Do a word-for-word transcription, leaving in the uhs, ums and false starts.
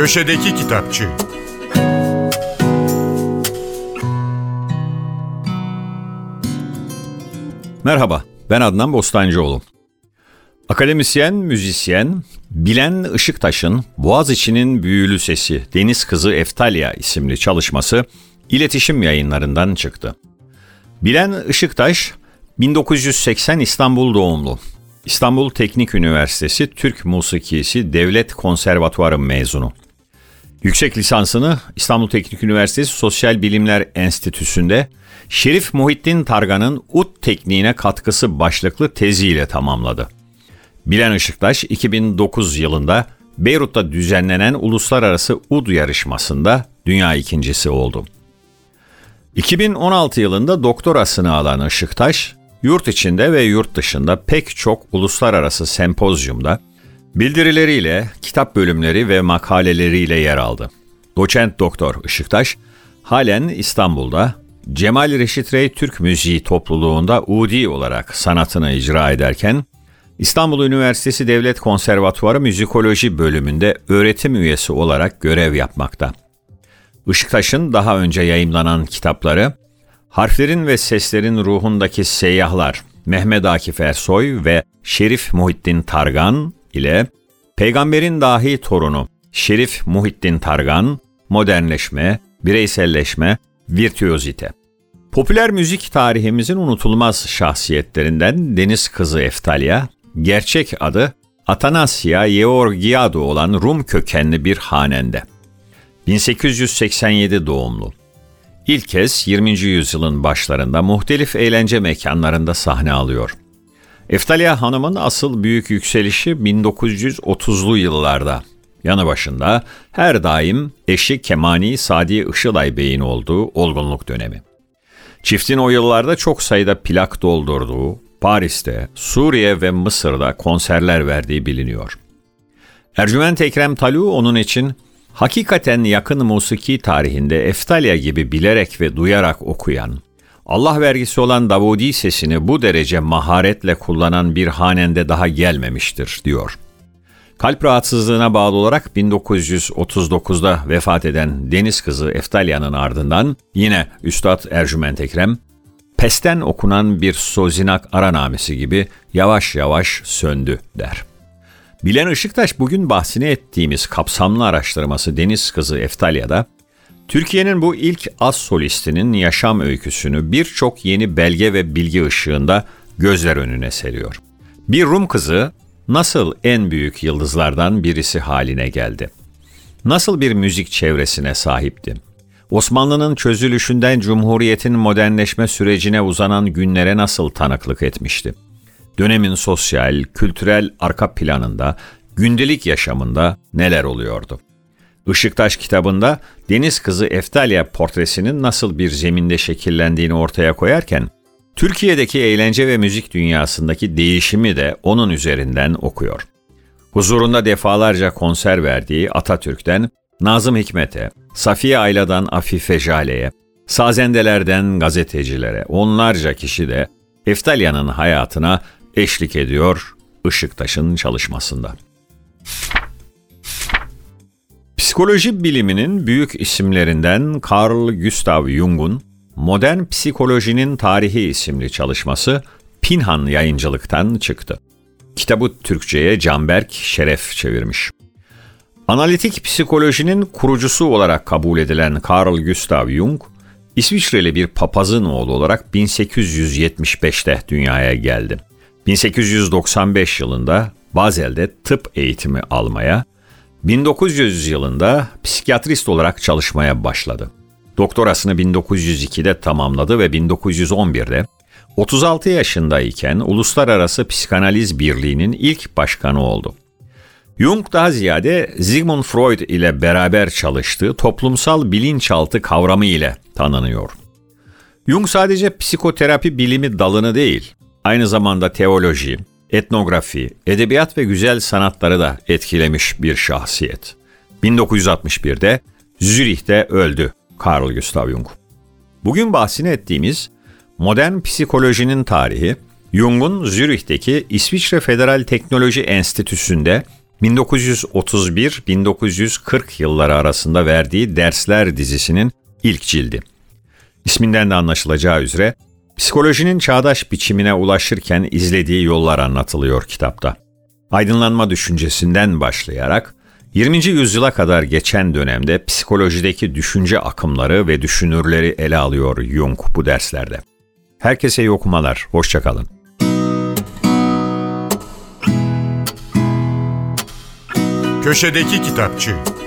Köşedeki Kitapçı. Merhaba, ben Adnan Bostancıoğlu. Akademisyen, müzisyen, Bilen Işıktaş'ın Boğaziçi'nin Büyülü Sesi, Deniz Kızı Eftalya isimli çalışması iletişim yayınlarından çıktı. Bilen Işıktaş, bin dokuz yüz seksen İstanbul doğumlu. İstanbul Teknik Üniversitesi Türk Musikisi Devlet Konservatuarı mezunu. Yüksek lisansını İstanbul Teknik Üniversitesi Sosyal Bilimler Enstitüsü'nde Şerif Muhittin Targan'ın ud tekniğine katkısı başlıklı teziyle tamamladı. Bilen Işıktaş, iki bin dokuz yılında Beyrut'ta düzenlenen Uluslararası Ud Yarışması'nda dünya ikincisi oldu. iki bin on altı yılında doktorasını alan Işıktaş, yurt içinde ve yurt dışında pek çok uluslararası sempozyumda bildirileriyle, kitap bölümleri ve makaleleriyle yer aldı. Doçent Doktor Işıktaş, halen İstanbul'da Cemal Reşit Rey Türk Müziği Topluluğu'nda Udi olarak sanatını icra ederken, İstanbul Üniversitesi Devlet Konservatuarı Müzikoloji bölümünde öğretim üyesi olarak görev yapmakta. Işıktaş'ın daha önce yayımlanan kitapları, Harflerin ve Seslerin Ruhundaki Seyyahlar, Mehmet Akif Ersoy ve Şerif Muhittin Targan ile Peygamberin Dahi Torunu Şerif Muhittin Targan, Modernleşme, Bireyselleşme, Virtüözite. Popüler müzik tarihimizin unutulmaz şahsiyetlerinden Deniz Kızı Eftalya, gerçek adı Atanasya Georgiadou olan Rum kökenli bir hanende. bin sekiz yüz seksen yedi doğumlu. İlk kez yirminci yüzyılın başlarında muhtelif eğlence mekanlarında sahne alıyor. Eftalya Hanım'ın asıl büyük yükselişi bin dokuz yüz otuzlu yıllarda. Yanı başında her daim eşi Kemani Sadi Işılay Bey'in olduğu olgunluk dönemi. Çiftin o yıllarda çok sayıda plak doldurduğu, Paris'te, Suriye ve Mısır'da konserler verdiği biliniyor. Ercüment Ekrem Talu onun için hakikaten yakın musiki tarihinde Eftalya gibi bilerek ve duyarak okuyan, Allah vergisi olan Davudi sesini bu derece maharetle kullanan bir hanende daha gelmemiştir, diyor. Kalp rahatsızlığına bağlı olarak bin dokuz yüz otuz dokuzda vefat eden Deniz Kızı Eftalya'nın ardından yine Üstad Ercüment Ekrem, pesten okunan bir Sozinak aranamesi gibi yavaş yavaş söndü, der. Bilen Işıktaş bugün bahsini ettiğimiz kapsamlı araştırması Deniz Kızı Eftalya'da, Türkiye'nin bu ilk az solistinin yaşam öyküsünü birçok yeni belge ve bilgi ışığında gözler önüne seriyor. Bir Rum kızı nasıl en büyük yıldızlardan birisi haline geldi? Nasıl bir müzik çevresine sahipti? Osmanlı'nın çözülüşünden Cumhuriyet'in modernleşme sürecine uzanan günlere nasıl tanıklık etmişti? Dönemin sosyal, kültürel arka planında, gündelik yaşamında neler oluyordu? Işıktaş kitabında Deniz Kızı Eftalya portresinin nasıl bir zeminde şekillendiğini ortaya koyarken, Türkiye'deki eğlence ve müzik dünyasındaki değişimi de onun üzerinden okuyor. Huzurunda defalarca konser verdiği Atatürk'ten Nazım Hikmet'e, Safiye Ayla'dan Afife Jale'ye, sazendelerden gazetecilere onlarca kişi de Eftalya'nın hayatına eşlik ediyor Işıktaş'ın çalışmasında. Psikoloji biliminin büyük isimlerinden Carl Gustav Jung'un Modern Psikolojinin Tarihi isimli çalışması Pinhan Yayıncılık'tan çıktı. Kitabı Türkçe'ye Canberk Şeref çevirmiş. Analitik psikolojinin kurucusu olarak kabul edilen Carl Gustav Jung, İsviçreli bir papazın oğlu olarak bin sekiz yüz yetmiş beşte dünyaya geldi. bin sekiz yüz doksan beş yılında Bazel'de tıp eğitimi almaya, bin dokuz yüz yılında psikiyatrist olarak çalışmaya başladı. Doktorasını bin dokuz yüz ikide tamamladı ve bin dokuz yüz on birde otuz altı yaşındayken Uluslararası Psikanaliz Birliği'nin ilk başkanı oldu. Jung daha ziyade Sigmund Freud ile beraber çalıştığı toplumsal bilinçaltı kavramı ile tanınıyor. Jung sadece psikoterapi bilimi dalını değil, aynı zamanda teoloji, etnografi, edebiyat ve güzel sanatları da etkilemiş bir şahsiyet. bin dokuz yüz altmış birde Zürih'te öldü Carl Gustav Jung. Bugün bahsini ettiğimiz modern psikolojinin tarihi, Jung'un Zürih'teki İsviçre Federal Teknoloji Enstitüsü'nde bin dokuz yüz otuz bir - bin dokuz yüz kırk yılları arasında verdiği Dersler dizisinin ilk cildi. İsminden de anlaşılacağı üzere psikolojinin çağdaş biçimine ulaşırken izlediği yollar anlatılıyor kitapta. Aydınlanma düşüncesinden başlayarak yirminci yüzyıla kadar geçen dönemde psikolojideki düşünce akımları ve düşünürleri ele alıyor Jung bu derslerde. Herkese iyi okumalar, hoşça kalın. Köşedeki Kitapçı.